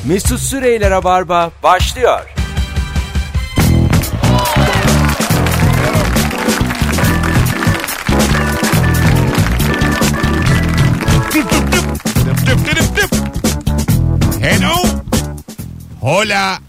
Mesut Süreyler'e Barba başlıyor. Hello. Hola.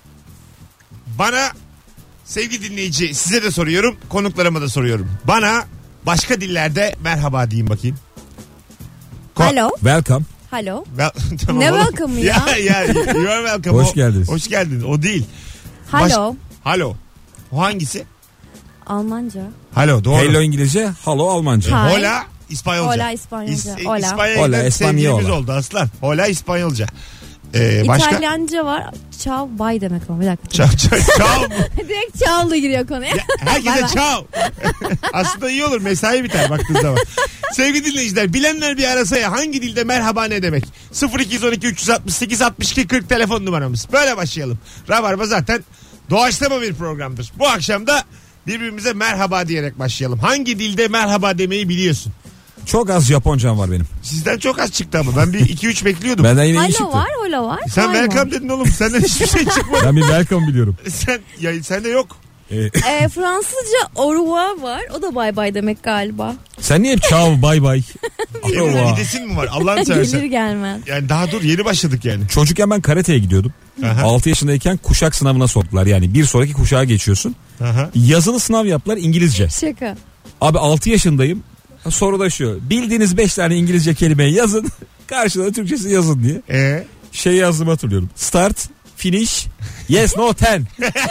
Bana sevgili dinleyici, size de soruyorum, konuklarıma da soruyorum. Bana başka dillerde merhaba diyeyim bakayım. Hello. Welcome. Hello. Tamam Ne oğlum. welcome ya? Ya you are welcome. Hoş geldiniz. Hoş geldin. O değil. Hello. Hello. O hangisi? Almanca. Hello doğru. Hello İngilizce, hello Almanca. Hi. Hola İspanyolca. Hola İspanyolca. Hola. İspanya'dan Hola, sevgilimiz Espanyola. oldu aslan. Hola İspanyolca. Başka? İtalyanca var. Ciao, bye demek ama bir dakika. Ciao. Direkt ciao'la giriyor konuya. Herkese Bye. ciao. Aslında iyi olur, mesai biter baktığın zaman. Sevgili dinleyiciler, bilenler bir arasa ya, hangi dilde merhaba ne demek? 0212 368 62 40 telefon numaramız. Böyle başlayalım. Rabarba zaten doğaçlama bir programdır. Bu akşam da birbirimize merhaba diyerek başlayalım. Hangi dilde merhaba demeyi biliyorsun? Çok az Japoncam var benim. Sizden çok az çıktı ama ben bir 2-3 bekliyordum. Benden yine iyi Hello çıktı. var, hola var. Sen hi welcome var. dedin oğlum. Senden hiçbir şey çıkmadı. Ben bir welcome biliyorum. Sende yok. Fransızca au revoir var. O da bye bye demek galiba. Sen niye hep ciao bye bye? Senin gidesin mi var? Allah'ını Gelir seversen. gelmez. Yani daha dur, yeni başladık yani. Çocukken ben karateye gidiyordum. Aha. 6 yaşındayken kuşak sınavına soktular. Yani bir sonraki kuşağa geçiyorsun. Aha. Yazılı sınav yaptılar, İngilizce. Şaka. Abi 6 yaşındayım. Soru da şu. Bildiğiniz 5 tane İngilizce kelimeyi yazın. Karşılığında Türkçesi yazın diye. Şey yazdığımı hatırlıyorum. Start, finish, yes, no, 10.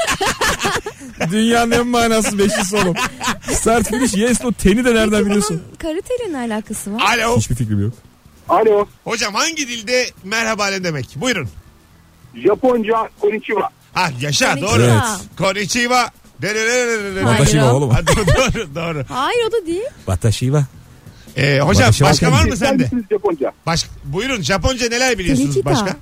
Dünyanın en manasız 5'i sorum. Start, finish, yes, no, 10'i de nereden Peki biliyorsun? bunun karateyle ne alakası var? Alo. Hiçbir fikrim yok. Alo. Hocam hangi dilde merhaba ne demek? Buyurun. Japonca konnichiwa. Ha yaşa, Konnichiwa. doğru. Evet. Konnichiwa. Hayır. Watashi wa oğlum. Ha, doğru. Hayır o da değil. Watashi wa. Hocam Watashi başka wa var mı Sizler sende? misiniz Japonca? Buyurun, Japonca neler biliyorsunuz Konnichiwa. başka?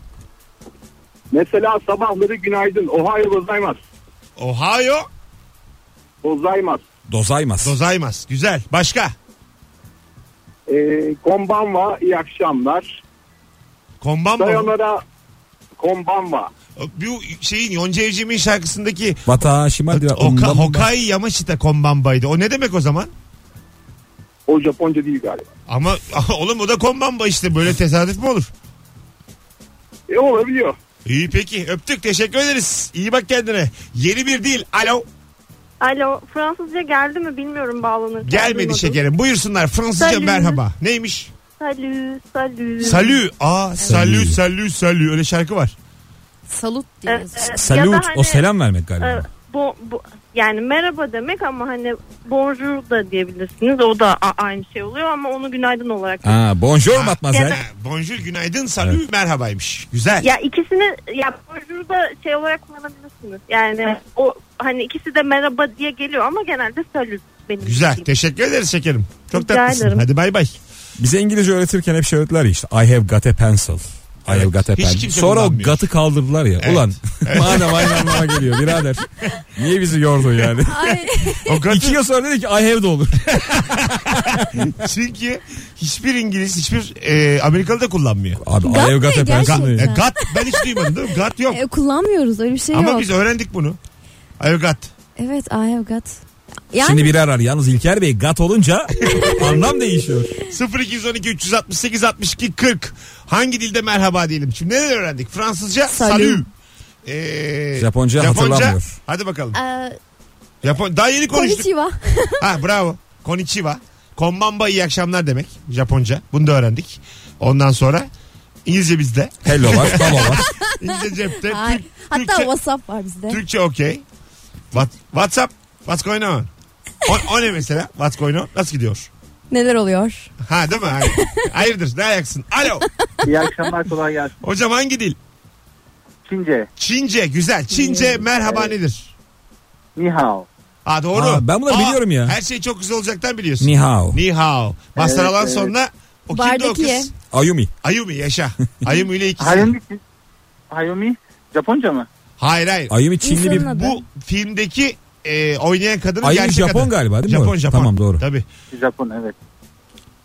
Mesela sabahları günaydın. Ohayo gozaimasu. Ohio, Gozaimasu. Dozaimasu. Güzel. Başka? Konbanwa. İyi akşamlar. Konbanwa. Sayonara. Konbanwa. Bu şeyin, Yonca Evcimik'in şarkısındaki Watashi wa diyor. Hokai Yamashita Konbanba'ydı. O ne demek o zaman? O Japonca değil galiba. Ama oğlum o da Konbanba işte. Böyle tesadüf mü olur? Olabiliyor. İyi peki. Öptük. Teşekkür ederiz. İyi bak kendine. Yeni bir dil. Alo. Alo, Fransızca geldi mi bilmiyorum bağlanırken. Gelmedi duymadım. şekerim. Buyursunlar. Fransızca Salut. merhaba. Neymiş? Salut. Salü. Öyle şarkı var. Salut diye yazıyor. Ya Salut, da hani, o selam vermek galiba. yani merhaba demek ama hani bonjour da diyebilirsiniz. O da aynı şey oluyor ama onu günaydın olarak. Bonjour Ha, mademoiselle. Bonjour, günaydın, salü, merhabaymış. Güzel. Ya ikisini ya bonjour da şey olarak kullanabilirsiniz. Yani o hani ikisi de merhaba diye geliyor ama genelde salut benim. Güzel. için. Teşekkür ederiz şekerim. Çok Rica tatlısın. ederim. Hadi bay bay. Bize İngilizce öğretirken hep şey öğrettiler ya işte. I have got a pencil. I have got a Hiç pen. kimse Sonra o kullanmıyor. got'ı kaldırdılar ya. Evet. Ulan madem aynı anlama geliyor birader. Niye bizi yordun yani? Ay, O kadar 2 yıl sonra dedi ki I have de olur. çünkü hiçbir İngiliz, hiçbir Amerikalı da kullanmıyor. Abi I Got have ne got a pencil. gerçekten? ne? Gat ben hiç duymadım değil mi? Gat yok. kullanmıyoruz öyle bir şey Ama yok. biz öğrendik bunu. I got. Evet I have got. Yani Şimdi biri arar. Yalnız İlker Bey got olunca anlam değişiyor. 0212 368 62 40. Hangi dilde merhaba diyelim? Şimdi neler öğrendik? Fransızca Salut. salü. Japonca hatırlamıyor. Hadi bakalım. e, Daha yeni konuştuk. konnichiwa. Ha bravo. Konnichiwa. Konbanba iyi akşamlar demek. Japonca. Bunu da öğrendik. Ondan sonra İngilizce bizde. Hello var, hello var. İngilizce cepte. Ay, hatta Türkçe, WhatsApp var bizde. Türkçe okey. WhatsApp. What's going on? O ne mesela? What's going on? Nasıl gidiyor? Neler oluyor? Ha değil mi? Hayırdır? Ne ayaksın? Alo. İyi akşamlar, kolay gelsin. Hocam hangi dil? Çince. Çince. Güzel. Çince merhaba nedir? Ni hao. Ha doğru. Aa, ben bunları biliyorum ya. Her şey çok güzel olacaktan biliyorsun. Ni hao. Ni hao. Mazhar alan evet. sonra o kimdi o Bardakiye. kız? Ayumi. Ayumi yaşa. Ayumi ile ikisi. Hayumi. Japonca mı? Hayır. Ayumi Çinli bir... İnsanın adı. Bu filmdeki oynayan kadının Ayumi gerçek Japon adı. galiba değil mi? Japon. Tamam doğru. Tabii. Japon, evet.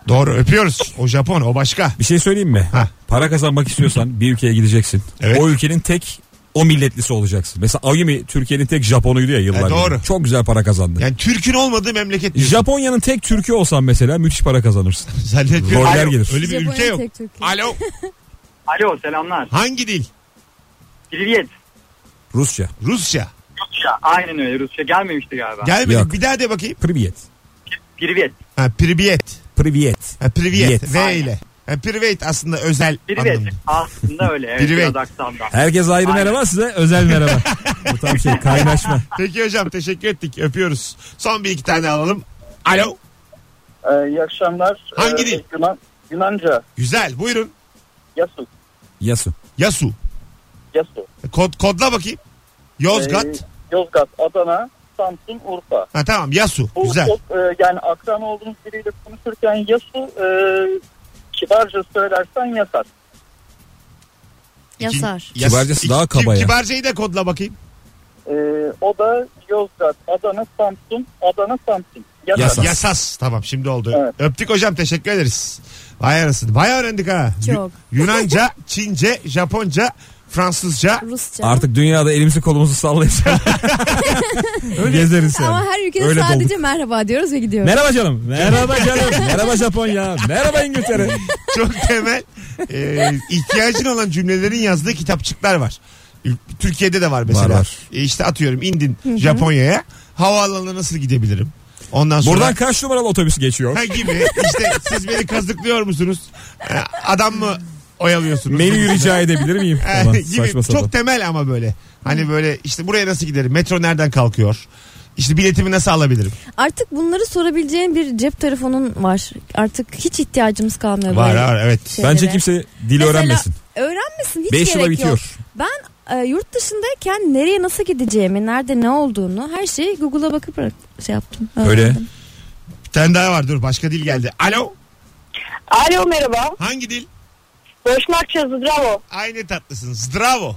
Doğru, öpüyoruz. O Japon, o başka. Bir şey söyleyeyim mi? Ha. Para kazanmak istiyorsan bir ülkeye gideceksin. Evet. O ülkenin tek o milletlisi olacaksın. Mesela Ayumi Türkiye'nin tek Japonuydu ya yıllar doğru. önce. Çok güzel para kazandı. Yani Türk'ün olmadığı memleket diyorsun. Japonya'nın tek Türk'ü olsan mesela müthiş para kazanırsın. Zannetmiyorum. Roller gelir. Öyle bir Japonya'nın ülke yok. tek Türk'ü. Alo. Alo selamlar. Hangi dil? Privyet. Rusça. Rusça. Rusça. Aynen öyle, Rusça gelmemişti galiba. Gelmedi. Yok. Bir daha de bakayım. Privyet. Privyet. Ha, Privyet. Privyet. Ha, Privyet. Yet. V ile. Ha, Privyet aslında özel Privyet. anlamda. Aslında öyle. Evet, Privyet. biraz aksanda. Herkes ayrı Aynen. merhaba, size özel merhaba. Bu tam şey, kaynaşma. Peki hocam, teşekkür ettik. Öpüyoruz. Son bir iki tane alalım. Alo. İyi akşamlar. Hangi dil? Yunanca. Güzel. Buyurun. Yasu. Yasu. Yasu. Kodla bakayım. Yozgat. Yozgat, Adana, Samsun, Urfa. Ha, tamam. Yasu. Bu Güzel. çok, yani akran olduğunuz biriyle konuşurken Yasu kibarca söylersen yasar. Yasar. Kibarcası daha kaba ya. Kibarcayı da kodla bakayım. O da Yozgat, Adana, Samsun, Adana, Samsun. Yasar. Yasar. Yasas. Tamam, şimdi oldu. Evet. Öptük hocam, teşekkür ederiz. Vay arasını. Bayağı öğrendik ha. Çok. Yunanca, Çince, Japonca, Fransızca. Rusça. Artık dünyada elimizi kolumuzu sallayıp gezeriz yani. Ama her ülkede Öyle sadece dolduk. merhaba diyoruz ve gidiyoruz. Merhaba canım. Merhaba canım. Merhaba Japonya. Merhaba İngiltere. Çok temel ihtiyacın olan cümlelerin yazdığı kitapçıklar var. Türkiye'de de var mesela. Var. İşte atıyorum, indin Japonya'ya. Havaalanına nasıl gidebilirim? Ondan sonra... Buradan kaç numaralı otobüs geçiyor? Ha gibi. İşte siz beni kazıklıyor musunuz? Adam mı oyalıyorsunuz? Menüyü rica edebilir miyim? Falan. gibi. Saçma sapan. Çok temel ama böyle. Hani böyle işte buraya nasıl giderim? Metro nereden kalkıyor? İşte biletimi nasıl alabilirim? Artık bunları sorabileceğin bir cep telefonun var. Artık hiç ihtiyacımız kalmıyor. Var böyle var, evet. şeylere. Bence kimse dil Mesela öğrenmesin. öğrenmesin, hiç 5 yıla gerek bitiyor. yok. Ben yurt dışındayken nereye nasıl gideceğimi, nerede ne olduğunu her şeyi Google'a bakıp şey yaptım. Öyle. öğrendim. Bir tane daha var, dur, başka dil geldi. Alo. Alo merhaba. Hangi dil? Boşnakça zdravo. Aynı tatlısın. Zdravo.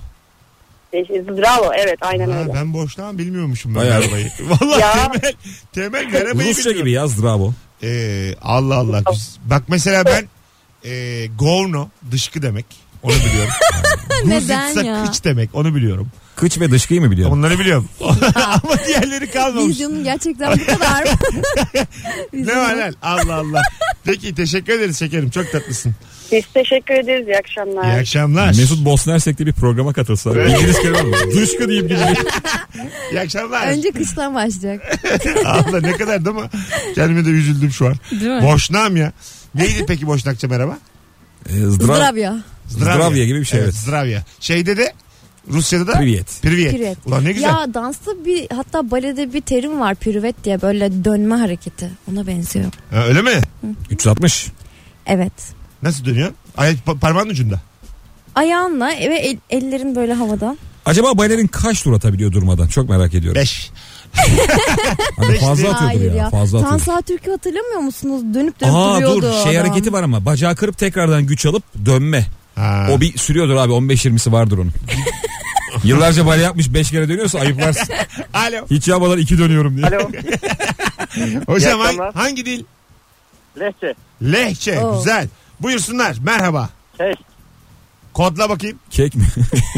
Zdravo evet aynen Ha, öyle. ben boştan bilmiyormuşum ben Bayağı. merhabayı. Vallahi Ya. temel merhabayı Rusça bilmiyorum. gibi yaz bravo. Allah Allah. Bak mesela ben govno dışkı demek. Onu biliyorum. Neden Guzitsa ya? kıç demek. Onu biliyorum. Kıç ve dışkıyı mı biliyorsun? Onları biliyorum. Ama diğerleri kalmamış. Vizyonun gerçekten bu kadar mı? Ne var lan? Allah Allah. Peki, teşekkür ederiz şekerim. Çok tatlısın. Biz teşekkür ederiz. İyi akşamlar. İyi akşamlar. Mesut Bosnersek'te bir programa katılsa. İngiliz kelime mi? Dışkı deyip gidecek. İyi akşamlar. Önce kıştan başlayacak. Allah, ne kadar değil mi? Kendime de üzüldüm şu an. Değil mi? Boşnağım ya. Neydi peki Boşnakça merhaba? Zdravya. Zdravya gibi bir şey, evet. Zdravya. Şeyde de Rusya'da da Privyet. Privyet. Privyet. Ulan ne güzel. Ya dansta hatta balede bir terim var, privet diye, böyle dönme hareketi. Ona benziyor. Ha, öyle mi? 360. Evet. Nasıl dönüyor? Parmağın ucunda. Ayağınla ve ellerin böyle havada. Acaba balerin kaç tur atabiliyor durmadan? Çok merak ediyorum. 5. Hani fazla atıyordur Hayır ya. Fazla atıyordur. Tansa Türk'ü hatırlamıyor musunuz? Dönüp Aa duruyordu dur, şey adam. hareketi var ama bacağı kırıp tekrardan güç alıp dönme. Ha. O bir sürüyordur abi, 15-20'si vardır onun. Yıllarca bale yapmış, 5 kere dönüyorsa ayıplarsın. Alo. Hiç yapmadan 2 dönüyorum diye. Alo. Hocam İyi akşamlar. hangi dil? Lehçe. Lehçe. Oo. Güzel. Buyursunlar. Merhaba. Şey. Kodla bakayım. Kek mi?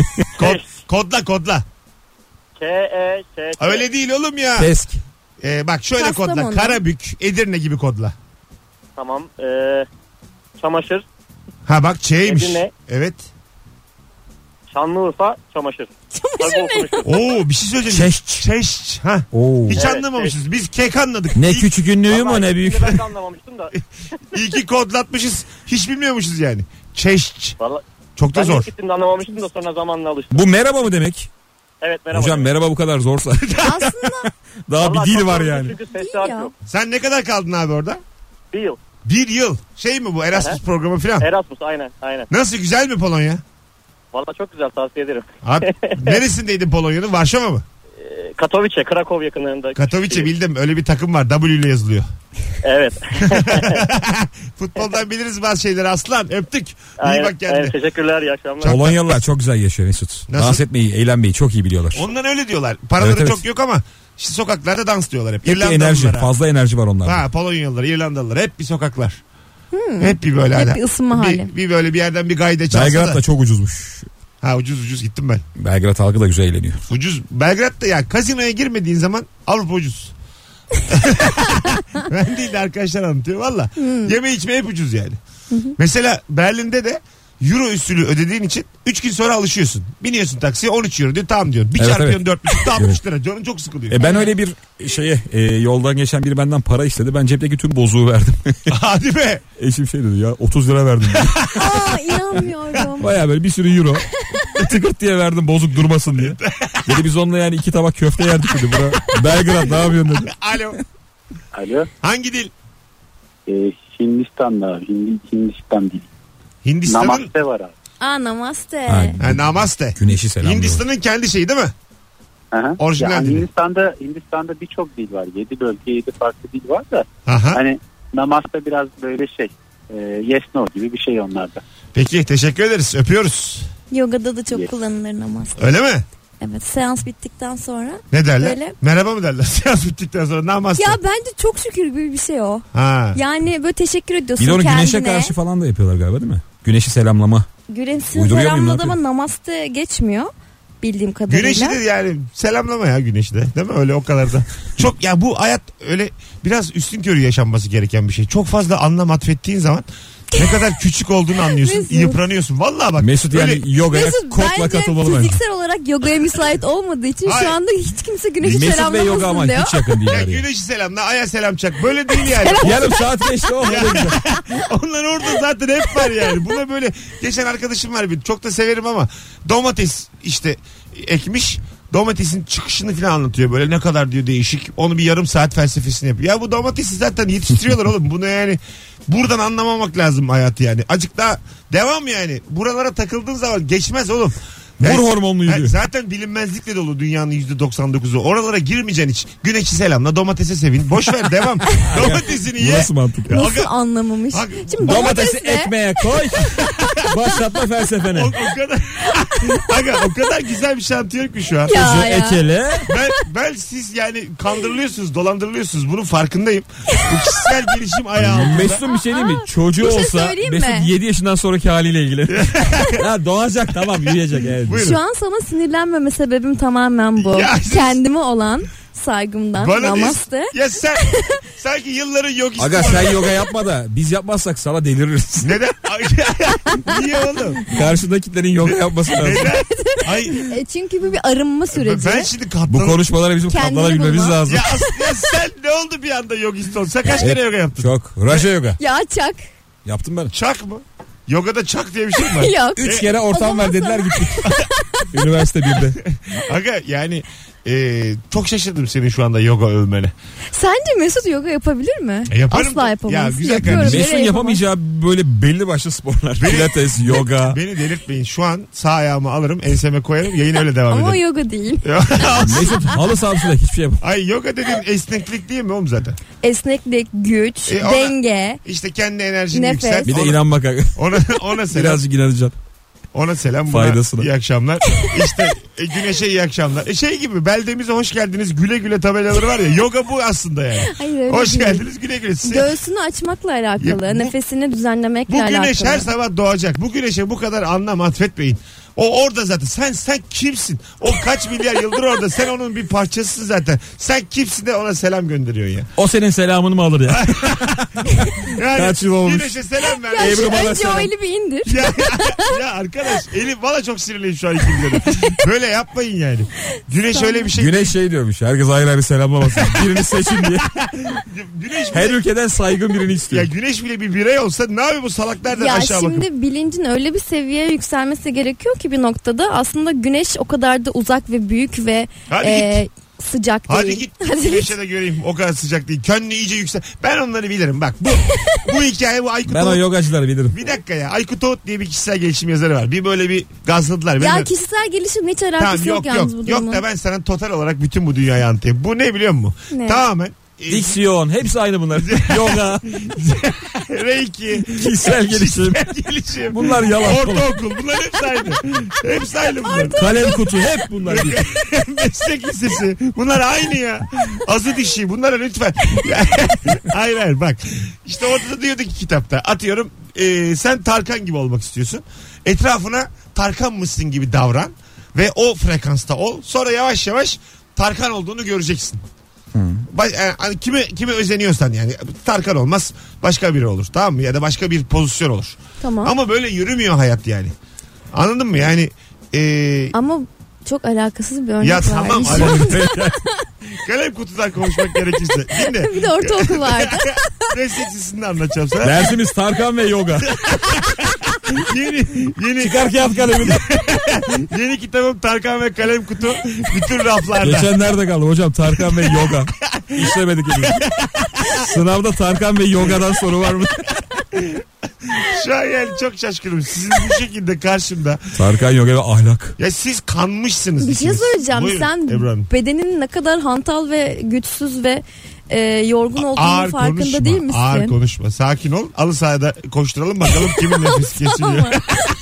Kodla. K-E-K. Öyle değil oğlum ya. Pesk. Bak şöyle kodla. Kastamonu. Karabük, Edirne gibi kodla. Tamam. Çamaşır. Ha bak Ç'ymiş. Edirne. Evet. Şanlıurfa çamaşır. Çamaşır ne? Oo, bir şey söyleyeceğim. Çeşç. Ha. Oo. Hiç Evet, anlamamışız. Biz kek anladık. Ne İyi, küçükünlüğüm o ne büyük. Ben de anlamamıştım da. iyi ki kodlatmışız. Hiç bilmiyormuşuz yani. Çeşç. Vallahi Çok da ben zor. ilk gittiğimde anlamamıştım da sonra zamanla alıştım. Bu merhaba mı demek? Evet merhaba. Hocam merhaba bu kadar zorsa. Aslında Daha Vallahi bir dil çok var zor yani. Çünkü ses İyi harf ya. yok. Sen ne kadar kaldın abi orada? Bir yıl. 1 yıl. Şey mi bu, Erasmus programı falan? Erasmus aynen. Nasıl, güzel mi Polonya? Valla çok güzel, tavsiye ederim. Abi neresindeydin Polonya'nın? Varşova mı? Katowice, Krakow yakınlarında. Katowice bildim. Öyle bir takım var. W ile yazılıyor. Evet. Futboldan biliriz bazı şeyleri aslan. Öptük. İyi Aynen, bak kendine. aynen. Teşekkürler, iyi akşamlar. Polonyalılar çok güzel yaşıyor Mesut. Nasıl? Dans etmeyi, eğlenmeyi çok iyi biliyorlar. Ondan öyle diyorlar. Paraları Evet, evet. çok yok ama işte sokaklarda dans diyorlar hep. Hep bir enerji, İrlandalılar ha. fazla enerji var onlarda. Ha, Polonyalılar, İrlandalılar hep bir sokaklar. Hep bir böyle. Hep bir ısınma hali. Bir böyle bir yerden bir gayda çalsa Belgrad da çok ucuzmuş. Ha ucuz gittim ben. Belgrad halkı da güzel eğleniyor. Ucuz. Belgrad'da ya kazinoya girmediğin zaman Avrupa ucuz. Ben değil de arkadaşlar anlatıyor. Valla. Yeme içme hep ucuz yani. Mesela Berlin'de de Euro usulü ödediğin için 3 gün sonra alışıyorsun. Biniyorsun taksiye 13 euro diyor tamam diyorsun. Bir Evet, çarpıyorsun 4,5 da 60 lira. Canın çok sıkılıyor. Ben öyle bir yoldan geçen biri benden para istedi. Ben cepteki tüm bozuğu verdim. Hadi be. Eşim şey dedi ya 30 lira verdim. Aa inanmıyorum. Baya böyle bir sürü euro. Tıkırt diye verdim bozuk durmasın diye. Dedi biz onunla yani 2 tabak köfte yerdik dedi. Belgrad ne yapıyorsun dedi. Alo. Alo. Hangi dil? Hindistan'da Hindistan dili. Hindistan'ın. Namaste var abi. Aa namaste. Ha, namaste. Güneşi selamlıyor. Hindistan'ın kendi şeyi değil mi? Aha. Orijinal yani dili. Hindistan'da birçok dil var. 7 bölge 7 farklı dil var da. Aha. Hani namaste biraz böyle yes no gibi bir şey onlarda. Peki teşekkür ederiz. Öpüyoruz. Yogada da çok kullanılır namaste. Öyle mi? Evet seans bittikten sonra. Ne derler? Böyle... Merhaba mı derler? Seans bittikten sonra namaste. Ya bence çok şükür gibi bir şey o. Ha. Yani böyle teşekkür ediyorsun Bir de onu kendine. güneşe karşı falan da yapıyorlar galiba değil mi? Güneşi selamlama. Güneşi Uyduruyor muyum, selamladı ne ama yapayım? namaste geçmiyor. Bildiğim kadarıyla. Güneşi de yani selamlama ya güneşi de. Değil mi? Öyle o kadar da. Çok ya bu hayat öyle biraz üstünkörü yaşanması gereken bir şey. Çok fazla anlam atfettiğin zaman ne kadar küçük olduğunu anlıyorsun. Mesut. Yıpranıyorsun. Vallahi bak. Mesut yani öyle- yogaya Mesut kotla bence katılmalı bence. fiziksel olarak yogaya müsait olmadığı için Hayır. şu anda hiç kimse güneşi Mesut ve selamlamasın yoga ama diyor. hiç yakın Ya değiller. Yani. güneşi selamla, aya selam çak. Böyle değil yani. Yarım saat geçti o. Onlar orada zaten hep var yani. Buna böyle geçen arkadaşım var bir. Çok da severim ama domates işte ekmiş. Domatesin çıkışını falan anlatıyor. Böyle ne kadar diyor değişik. Onu bir yarım saat felsefesini yapıyor. Ya bu domatesi zaten yetiştiriyorlar oğlum. Bunu yani buradan anlamamak lazım hayatı yani. Azıcık daha devam yani. Buralara takıldığın zaman geçmez oğlum. Vur hormonlu yürüyor. Zaten bilinmezlikle dolu dünyanın %99'u. Oralara girmeyeceksin hiç. Güneşi selamla, domatese sevin. Boş ver devam. Domatesini ye. Nasıl mantık ya? Nasıl anlamamış? Aga- Şimdi Domatesi domatesle ekmeğe koy. Başlatma felsefene. O kadar Aga, o kadar güzel bir şey anlatıyor ki şu an. Ya. Ekele. Ben siz yani kandırılıyorsunuz, dolandırılıyorsunuz. Bunun farkındayım. Bu kişisel gelişim ayağı altında. Mesut'un bir şey değil mi? Çocuğu bir şey olsa söyleyeyim Mesut mi? 7 yaşından sonraki haliyle ilgili. Ya doğacak tamam yürüyecek. Evet. Buyurun. Şu an sana sinirlenmeme sebebim tamamen bu. Ya siz- Kendime olan saygımdan. Bana Namaste. ya sen sanki yılların yogisti. Aga var. sen yoga yapma da biz yapmazsak sana deliririz. Neden? Niye oğlum? Karşıdakilerin yoga yapması lazım. Neden? Ay, Çünkü bu bir arınma süreci. ben şimdi Bu katlanamam. konuşmaları bizim Kendini katlanabilmemiz bulma. lazım. Ya aslında sen ne oldu bir anda yogist ol? Sen kaç kere yoga yaptın? Çok. Raja yoga. Ya çak. Yaptım ben. Çak mı? Yogada çak diye bir şey mi var? Yok. 3 kere O ortam zaman ver dediler gittik. Üniversite 1'de. Aga yani çok şaşırdım senin şu anda yoga övmene. Sence Mesut yoga yapabilir mi? Yaparım. Asla yapamaz. Ya güzel Yapıyorum. kardeşim. Mesut'un Nereye yapamayacağı böyle belli başlı sporlar. Pilates, yoga. Beni delirtmeyin. Şu an sağ ayağımı alırım, enseme koyarım, yayın öyle devam Ama o eder. yoga değil. Mesut halı sahasında hiçbir şey yapamaz. Ay yoga dediğin esneklik değil mi oğlum zaten? Esneklik, güç, ona- denge. İşte kendi enerjini Nefes. yükselt. Bir de inanmak. Ona selam. Birazcık inanacaksın. Ona selam. Buna Faydasına. iyi akşamlar. İşte güneşe iyi akşamlar. Şey gibi beldemize hoş geldiniz güle güle tabelaları var ya. Yoga bu aslında yani. Hayır öyle Hoş değil. geldiniz güle güle. Göğsünü açmakla alakalı. Ya bu- nefesini düzenlemekle Bu alakalı. güneş her sabah doğacak. Bu güneşe bu kadar anlam atfetmeyin. O orada zaten. Sen kimsin? O kaç milyar yıldır orada. Sen onun bir parçasısın zaten. Sen kimsin de ona selam gönderiyorsun ya. O senin selamını mı alır ya? Yani Kaç yıl olmuş? Güneşe selam ver. Ya Ebru şu bana önce selam. o eli bir indir. ya arkadaş elim valla çok sinirliyim şu an ikimize de. Böyle yapmayın yani. Güneş öyle bir şey. Güneş şey diyormuş. Herkes ayrı ayrı selamlamasın. Birini seçin diye. Güneş Her bile, ülkeden saygın birini ya istiyor. güneş bile bir birey olsa ne yapıyor bu salaklardan Ya aşağı şimdi bakıp. bilincin öyle bir seviyeye yükselmesi gerekiyor ki bir noktada aslında güneş o kadar da uzak ve büyük ve Hadi sıcak Hadi değil. git Hadi güneşe de göreyim o kadar sıcak değil. Kendini iyice yüksel. Ben onları bilirim bak. Bu hikaye bu Aykut Ben o Oğut. yogacıları bilirim. Bir dakika ya. Aykut Oğut diye bir kişisel gelişim yazarı var. Bir böyle bir gazladılar. Ya Ben de- kişisel gelişim hiç alakası Tamam, yok yalnız bu durumun. Yok da ben sana total olarak bütün bu dünyayı anlatayım. Bu ne biliyor musun? Ne? Tamamen Diksiyon hepsi aynı bunlar. Yoga, Reiki, kişisel gelişim. gelişim. Bunlar yalan. Ortaokul. Bunlar hepsi aynı. Hepsi aynı bunlar. Kalem kutu hep bunlar. Meslek lisesi. Bunlar aynı ya. Azı dişi. Bunlara lütfen. Hayır bak. İşte orada da diyordu ki kitapta. Atıyorum sen Tarkan gibi olmak istiyorsun. Etrafına Tarkanmışsın gibi davran. Ve o frekansta ol. Sonra yavaş yavaş Tarkan olduğunu göreceksin. Yani kime özeniyorsan yani Tarkan olmaz başka biri olur, tamam mı, ya da başka bir pozisyon olur. Tamam. Ama böyle yürümüyor hayat yani. Anladın mı yani? Ama çok alakasız bir örnek Ya var. tamam. Kalem kutudan konuşmak gerekirse. Dinle. Bir de ortaokul vardı. Meslek lisesinde anlatacağım sana. Dersimiz Tarkan ve yoga. Yeni Çıkar kağıt kalemini. yeni kitabım Tarkan ve kalem kutu bütün raflarda. Geçen nerede kaldı hocam? Tarkan ve yoga. İşlemedik henüz. Sınavda Tarkan ve yogadan soru var mı? Şu an yani çok şaşkınım. Sizin bu şekilde karşımda. Tarkan, yoga ve ahlak. Ya siz kanmışsınız. Bir şey ikiniz. söyleyeceğim. Buyurun, Sen Ebru Hanım. bedenin ne kadar hantal ve güçsüz ve yorgun olduğunun Ağır farkında konuşma, değil misin? ağır konuşma. Sakin ol. Alı sahada koşturalım bakalım kimin nefesi kesiliyor.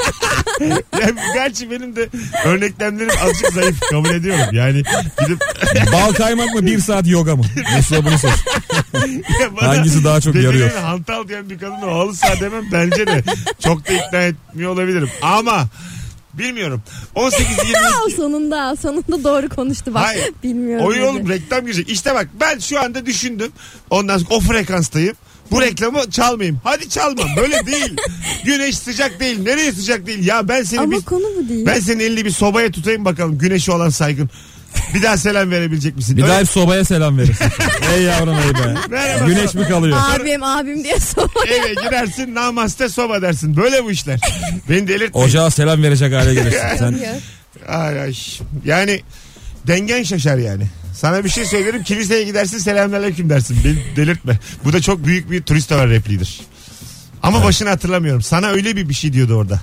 Yani gerçi benim de örneklemlerim azıcık zayıf, kabul ediyorum. Yani gidip Bal kaymak mı 1 saat yoga mı? Mesela bunu seç. ya bana Hangisi daha çok yarıyor? bedenine hantal diyen bir kadın o halı saha demem bence de çok da ikna etmiyor olabilirim. Ama bilmiyorum. 18-22 Sonunda doğru konuştu bak. Hayır. Bilmiyorum. Oy dedi. oğlum reklam girecek. İşte bak ben şu anda düşündüm. Ondan sonra o frekanstayım. Bu reklamı çalmayayım. Hadi çalmam. Böyle değil. Güneş sıcak değil. Nereye sıcak değil? Ya ben seni Ama konu bu değil. ben senin elini bir sobaya tutayım bakalım. Güneşe olan saygın. Bir daha selam verebilecek misin? Bir Öyle- daha hep sobaya selam verirsin. Ey yavrum ey be. Merhaba. Güneş mi kalıyor? Abim diye sor. Eve girersin namaste soba dersin. Böyle bu işler. Beni delirtmeyin. Ocağa selam verecek hale gelirsin. Sen Ay. Yani dengen şaşar yani. Sana bir şey söylerim, kiliseye gidersin selamünaleyküm dersin. Beni delirtme. Bu da çok büyük bir turist haber repliğidir. Ama başını hatırlamıyorum. Sana öyle bir şey diyordu orada.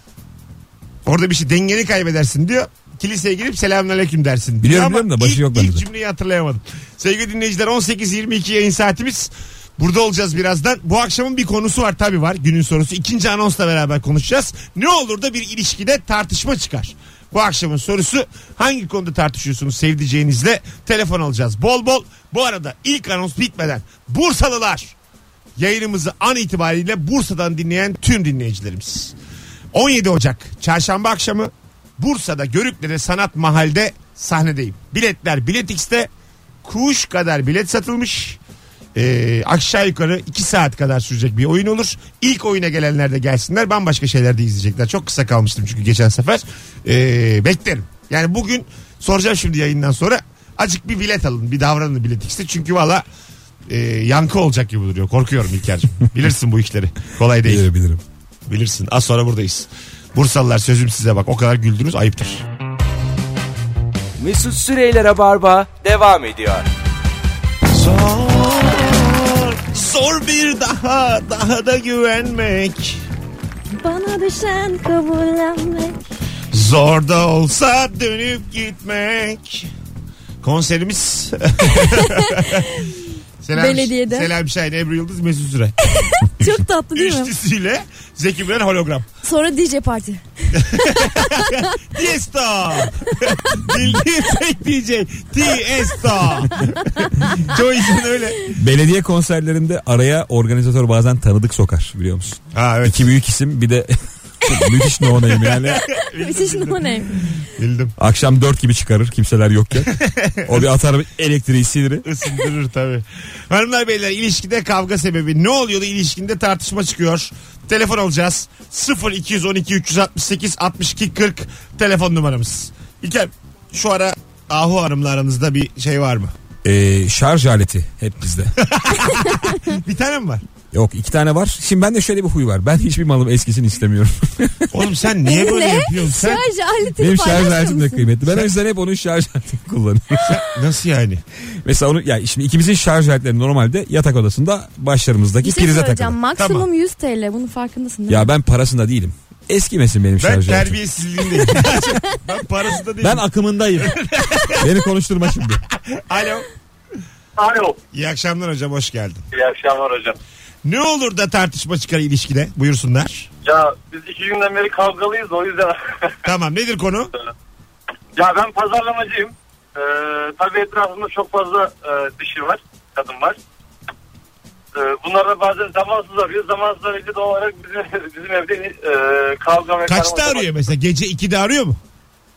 Orada bir şey, dengeni kaybedersin diyor. Kiliseye girip selamünaleyküm dersin. Biliyorum da başı yok bende İlk de. cümleyi hatırlayamadım. Sevgili dinleyiciler, 18-22 yayın saatimiz. Burada olacağız birazdan. Bu akşamın bir konusu var, tabii var. Günün sorusu. İkinci anonsla beraber konuşacağız. Ne olur da bir ilişkide tartışma çıkar. Bu akşamın sorusu, hangi konuda tartışıyorsunuz sevdiceğinizle? Telefon alacağız bol bol. Bu arada ilk anons bitmeden Bursalılar, yayınımızı an itibariyle Bursa'dan dinleyen tüm dinleyicilerimiz, 17 Ocak Çarşamba akşamı Bursa'da Görükle'de Sanat Mahal'de sahnedeyim. Biletler Bilet X'te, kuş kadar bilet satılmış. Aşağı yukarı 2 saat kadar sürecek bir oyun olur. İlk oyuna gelenler de gelsinler, bambaşka şeyler de izleyecekler. Çok kısa kalmıştım çünkü geçen sefer. Beklerim. Yani bugün soracağım şimdi yayından sonra, azıcık bir bilet alın, bir davranın Bilet X'te. Çünkü valla yankı olacak gibi duruyor. Korkuyorum İlker'cim. Bilirsin bu işleri. Kolay değil. bilirim. Bilirsin. Az sonra buradayız. Bursalılar, sözüm size, bak o kadar güldünüz, ayıptır. Mesut Süreyler'e barba devam ediyor. Zor bir daha da güvenmek. Bana düşen kabullenmek. Zor da olsa dönüp gitmek. Konserimiz Belediyede. Selam Şahin, Ebru Yıldız, Mesut Süre. Çok tatlı değil mi? Üçlüsüyle Zeki Müren hologram. Sonra DJ parti. Tiesto. Bildiğim tek DJ Tiesto. Çoğu insan öyle. Belediye konserlerinde araya organizatör bazen tanıdık sokar, biliyor musun? Ha evet. 2 büyük isim, bir de müthiş no name yani. Müthiş no name. Bildim. Akşam 4 gibi çıkarır kimseler yokken. O bir atar elektriği siniri. Isındırır tabii. Hanımlar beyler, ilişkide kavga sebebi ne oluyor da ilişkinde tartışma çıkıyor? Telefon alacağız. 0212 368 62 40 telefon numaramız. İlker, şu ara Ahu Hanım'la aranızda bir şey var mı? Şarj aleti hep bizde. Bir tane mi var? Yok, 2 tane var. Şimdi bende şöyle bir huy var. Ben hiçbir malım eskisini istemiyorum. Oğlum sen niye böyle Ne? yapıyorsun? Sen Şarj aletini Benim şarj paylaşmıyor aletim de musun? kıymetli. Ben o yüzden hep onun şarj aletini kullanıyorum. nasıl yani? Mesela onu, ya şimdi ikimizin şarj aletleri normalde yatak odasında başlarımızdaki Bir şey prize söyleyeceğim. takılı. Maksimum Tamam. 100 TL. Bunun farkındasın değil mi? Ya ben parasında değilim. Eskimesin benim Ben şarj aletim. terbiyesizliğindeyim. Ben parası da değilim. Ben akımındayım. Beni konuşturma şimdi. Alo. Alo. İyi akşamlar hocam, hoş geldin. İyi akşamlar hocam. Ne olur da tartışma çıkar ilişkide? Buyursunlar. Ya biz 2 günden beri kavgalıyız o yüzden. Tamam, nedir konu? Ya ben pazarlamacıyım. Tabii etrafımda çok fazla dişi var, kadın var. Bunlar da bazen zamansız arıyor. Zamansız arayınca doğal olarak bizim evde kavga ve Kaçta karmaşa arıyor mesela? Gece 2'de arıyor mu?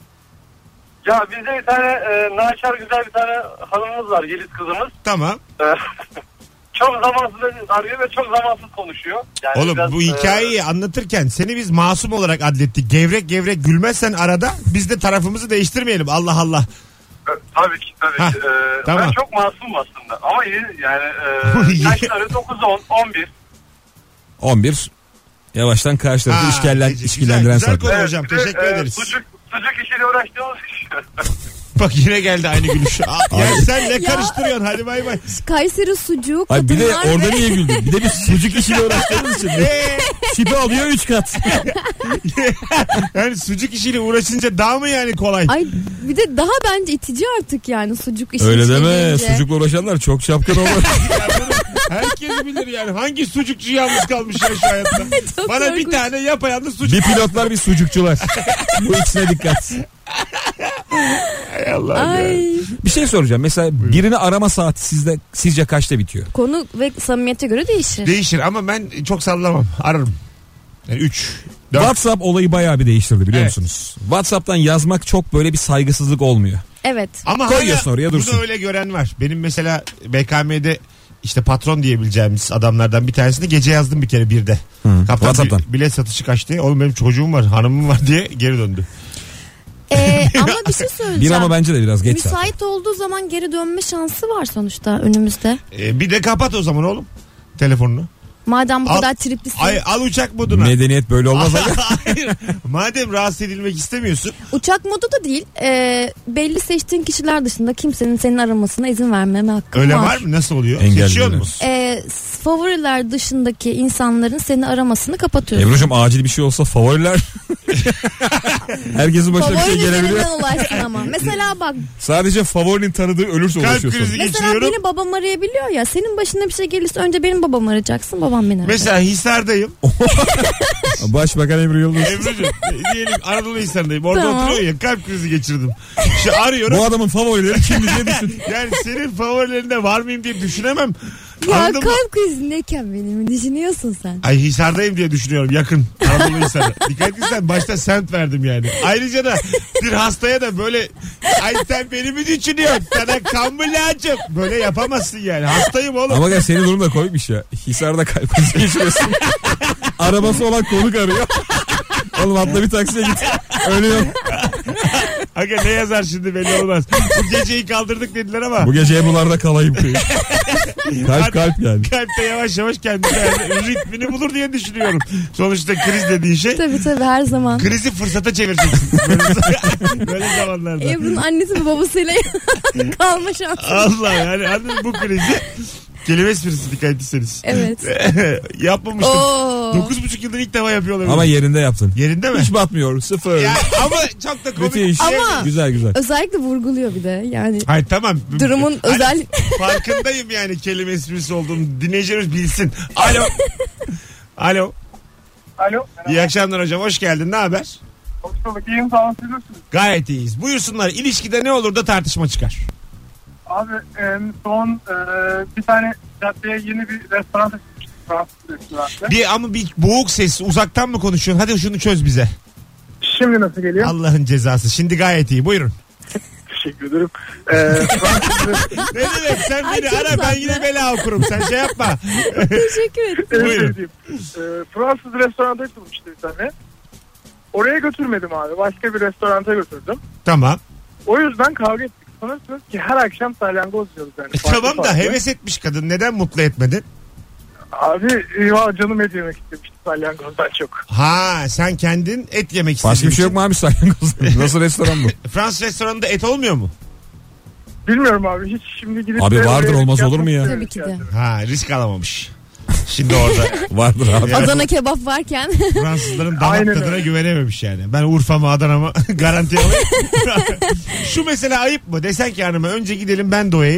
Ya bizde bir tane naçar güzel bir tane hanımımız var, Yeliz kızımız. Tamam. Çok zamansız arıyor ve çok zamansız konuşuyor. Yani Oğlum biraz, bu hikayeyi anlatırken seni biz masum olarak adlettik. Gevrek gevrek gülmezsen arada biz de tarafımızı değiştirmeyelim. Allah Allah. Tabii ki. Hah, tamam. Ben çok masumum aslında. Ama yani yaşları 9, 10, 11. 11 yavaştan karşı tarafı işkillendiren güzel saat. konu hocam. Teşekkür ederiz. Sucuk işiyle uğraştığımız iş. Bak yine geldi aynı gülüş. Ya sen ne karıştırıyorsun? Hadi bay bay. Kayseri sucuğu, Ay bir de kadınlar orada ve... niye güldün? Bir de bir sucuk işiyle uğraştığımız için. Tipi alıyor 3 kat. Yani sucuk işiyle uğraşınca daha mı yani kolay? Ay bir de daha bence itici artık yani sucuk işi. Öyle deme. gelince. Sucukla uğraşanlar çok çapkın olur. Ya bunu herkes bilir yani. Hangi sucukçu yalnız kalmış ya şu hayatta? Çok Bana bir korkunç. tane yapayalnız sucuk. Bir pilotlar bir sucukçular. Bu ikisine dikkat. Hay Allah Ay. ya. Bir şey soracağım. Mesela birini arama saati sizce kaçta bitiyor? Konu ve samimiyete göre değişir. Değişir ama ben çok sallamam. Ararım. Yani 3, 4. WhatsApp olayı bayağı bir değiştirdi biliyor Evet. musunuz? WhatsApp'tan yazmak çok böyle bir saygısızlık olmuyor. Evet. Ama Koyuyorsun hala oraya, dursun. bunu öyle gören var. Benim mesela BKM'de işte patron diyebileceğimiz adamlardan bir tanesini gece yazdım bir kere 1'de. Kaptan WhatsApp'tan. bilet satışı kaç diye. Oğlum benim çocuğum var, hanımım var diye geri döndü. Ama bir şey söyleyeceğim. Bir ama bence de biraz geç saat. Müsait olduğu zaman geri dönme şansı var sonuçta önümüzde. Bir de kapat o zaman oğlum telefonunu. Madem bu Al- kadar triplisin. Al uçak moduna. Medeniyet böyle olmaz ama. Hayır. Madem rahatsız edilmek istemiyorsun. Uçak modu da değil. Belli seçtiğin kişiler dışında kimsenin senin aramasına izin vermeme hakkın Öyle var. var mı? Nasıl oluyor? Engelliyorlar. Seçiyor musun? Favoriler dışındaki insanların seni aramasını kapatıyorsun. Ebru'cum acil bir şey olsa favoriler. Herkesin başına bir şey Favori gelebiliyor. üzerinden ulaşsın ama. Mesela bak. Sadece favorinin tanıdığı ölürse Kalp ulaşıyorsun. krizi Mesela geçiriyorum. beni babam arayabiliyor ya. Senin başına bir şey gelirse önce benim babamı arayacaksın. Babam beni arayacak. Mesela Hisar'dayım. Başbakan Ebru Yıldız. Ebru'cum diyelim Anadolu Hisar'dayım. Orada Tamam. oturuyor ya, kalp krizi geçirdim. Şu arıyorum. Bu adamın favorileri kimdi diye düşün. Yani senin favorilerinde var mıyım diye düşünemem. Ya Anladın mı? kalp krizindeyken beni mi düşünüyorsun sen? Ay Hisar'dayım diye düşünüyorum, yakın Anadolu Hisar'a. Dikkat etsen başta semt verdim yani. Ayrıca da bir hastaya da böyle ay sen beni mi düşünüyorsun? Sana kan mı lazım? Böyle yapamazsın yani. Hastayım oğlum. Ama gel senin durum da koymuş ya. Hisar'da kalp krizi geçiriyorsun. Arabası olan konuk arıyor. Oğlum atla bir taksiye git. Ölüyor. Aga ne yazar şimdi belli olmaz. Bu geceyi kaldırdık dediler ama. Bu gece Ebru'larda kalayım. Kalp yani. Kalpte yavaş yavaş kendine yani ritmini bulur diye düşünüyorum. Sonuçta kriz dediğin şey. Tabii her zaman. Krizi fırsata çevireceksin. Böyle zamanlarda. Ebru'nun annesi ve babasıyla kalma şansı. Allah yani anladın bu krizi. Kelime esprisi dikkat etseniz. Evet. Yapmamıştım. Oo. 9,5 yıldır ilk defa yapıyorlar. Ama yerinde yaptın. Yerinde mi? Hiç batmıyor. Sıfır. Ya, ama çok da komik. Müthiş. Ama- Güzel. Özellikle vurguluyor bir de. Yani Hayır tamam. durumun Hani özel. farkındayım yani kelime esprisi olduğunu. Dinleyicilerimiz bilsin. Alo. Alo. Alo. İyi akşamlar hocam. Hoş geldin. Ne haber? Hoş bulduk. İyiyim, sağ olun, siz nasılsınız? Gayet iyiyiz. Buyursunlar. İlişkide ne olur da tartışma çıkar? Abi son bir tane caddeye yeni bir restoran açılmıştı. Fransız restoranı. Ama bir boğuk ses. Uzaktan mı konuşuyorsun? Hadi şunu çöz bize. Şimdi nasıl geliyor? Allah'ın cezası. Şimdi gayet iyi. Buyurun. Teşekkür ederim. Fransız Ne demek? Sen Ay, beni çok ara, ben tatlı. yine bela okurum. Sen şey yapma. Teşekkür ederim. Buyurun. Fransız restoranda açılmıştı bir tane. Oraya götürmedim abi. Başka bir restoranta götürdüm. Tamam. O yüzden kavga ettik. Sanırsınız ki her akşam salyangoz yiyoruz yani. Tamam da heves etmiş kadın. Neden mutlu etmedin? Abi eyvah, canım et yemek istemişti salyangozdan çok. Ha, sen kendin et yemek istediğin Başka bir şey yok mu abi salyangoz? Nasıl restoran bu? Fransız restoranında et olmuyor mu? Bilmiyorum abi, hiç şimdi gidip... Abi de vardır, oraya olmaz yapmak olur mu ya? istemiyorum Tabii ki de. gerçekten. Ha, risk alamamış. Şimdi orada Vardır abi. Yani Adana kebap varken. Fransızların damak Aynen tadına öyle. güvenememiş yani. Ben Urfa'mı Adana'mı garanti alayım. Şu mesela ayıp mı? Desen ki hanıma önce gidelim ben doyayım.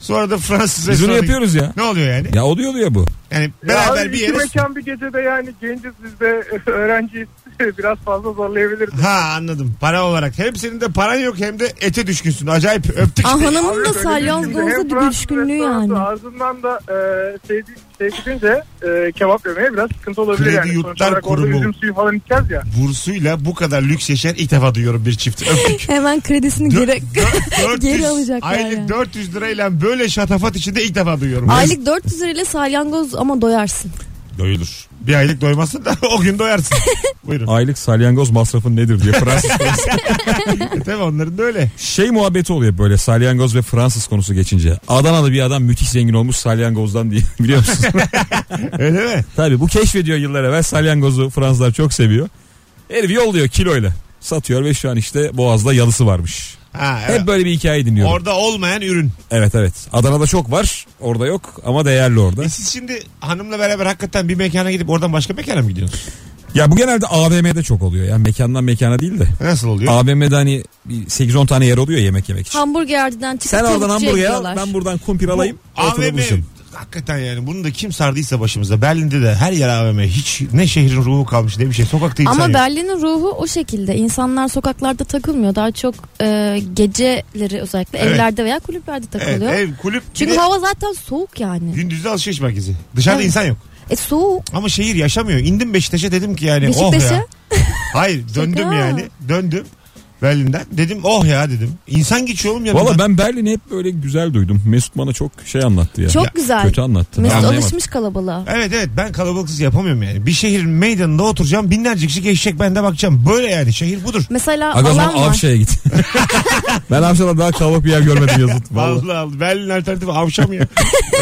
Sonra da Fransız Biz bunu restoranı- yapıyoruz ya. Ne oluyor yani? Ya oluyor bu. Yani Ya beraber abi, bir iki yere... mekan bir gecede yani genciz biz de öğrenciyiz. Biraz fazla zorlayabiliriz. Ha anladım. Para olarak. Hem senin de paran yok hem de ete düşkünsün. Acayip öptük. Hanımın da Abi, salyangozda hem bir Fransız düşkünlüğü restoranı, yani. Ardından da gidince kebap yemeye biraz sıkıntı olabilir Kredi yani. Yurtlar Sonuç olarak orada Kurumu. üzüm suyu falan içeceğiz ya. Bursuyla bu kadar lüks yaşayan ilk defa duyuyorum bir çifti. Öptük. Hemen kredisini geri 400, geri alacaklar aylık yani. 400 lirayla böyle şatafat içinde ilk defa duyuyorum. Aylık 400 lirayla salyangoz ama doyarsın. Doyulur. Bir aylık doymazsın da o gün doyarsın. Buyurun. Aylık salyangoz masrafın nedir diye Fransız Tabii onların da öyle. şey muhabbeti oluyor böyle salyangoz ve Fransız konusu geçince. Adana'da bir adam müthiş zengin olmuş salyangozdan diye biliyor musun? Öyle mi? Tabii bu keşfediyor yıllar evvel salyangozu Fransızlar çok seviyor. Herif yolluyor kiloyla satıyor ve şu an işte Boğaz'da yalısı varmış. Ha, evet. Hep böyle bir hikaye dinliyorum. Orada olmayan ürün. Evet. Adana'da çok var orada yok ama değerli orada. Siz şimdi hanımla beraber hakikaten bir mekana gidip oradan başka mekana mı gidiyorsunuz? Ya bu genelde AVM'de çok oluyor. Yani mekandan mekana değil de. Nasıl oluyor? AVM'de hani 8-10 tane yer oluyor yemek yemek için. Hamburgerciden çıkıp Sen oradan tavukçuya hamburger al gidiyorlar. ben buradan kumpir alayım. Ortada AVM buluşalım. hakikaten yani bunu da kim sardıysa başımıza. Berlin'de de her yer AVM. Hiç ne şehrin ruhu kalmış ne bir şey. Sokakta insan Ama yok. Berlin'in ruhu o şekilde. İnsanlar sokaklarda takılmıyor. Daha çok geceleri özellikle Evet. evlerde veya kulüplerde Evet, takılıyor. ev, kulüp, bir Çünkü de hava zaten soğuk yani. gündüzde alışveriş merkezi. Dışarıda Evet. insan yok. Soğuk. Ama şehir yaşamıyor. İndim Beşiktaş'a dedim ki yani oh Beşiktaş'a? ya. Hayır döndüm Şaka. yani. Döndüm Berlin'den. Dedim oh ya dedim. İnsan geçiyor oğlum yanımdan. Valla ben Berlin'i hep böyle güzel duydum. Mesut bana çok şey anlattı ya. Çok Ya, güzel. Kötü anlattı. Mesut Anlayamadım. alışmış kalabalığa. Evet ben kalabalıksız yapamıyorum yani. Bir şehrin meydanında oturacağım. Binlerce kişi geçecek ben de bakacağım. Böyle yani şehir budur. Mesela Aga o zaman alan var. Avşa'ya git. Ben Avşa'da daha kalabalık bir yer görmedim yazın. Vallahi. Allah Berlin alternatifi avşam ya.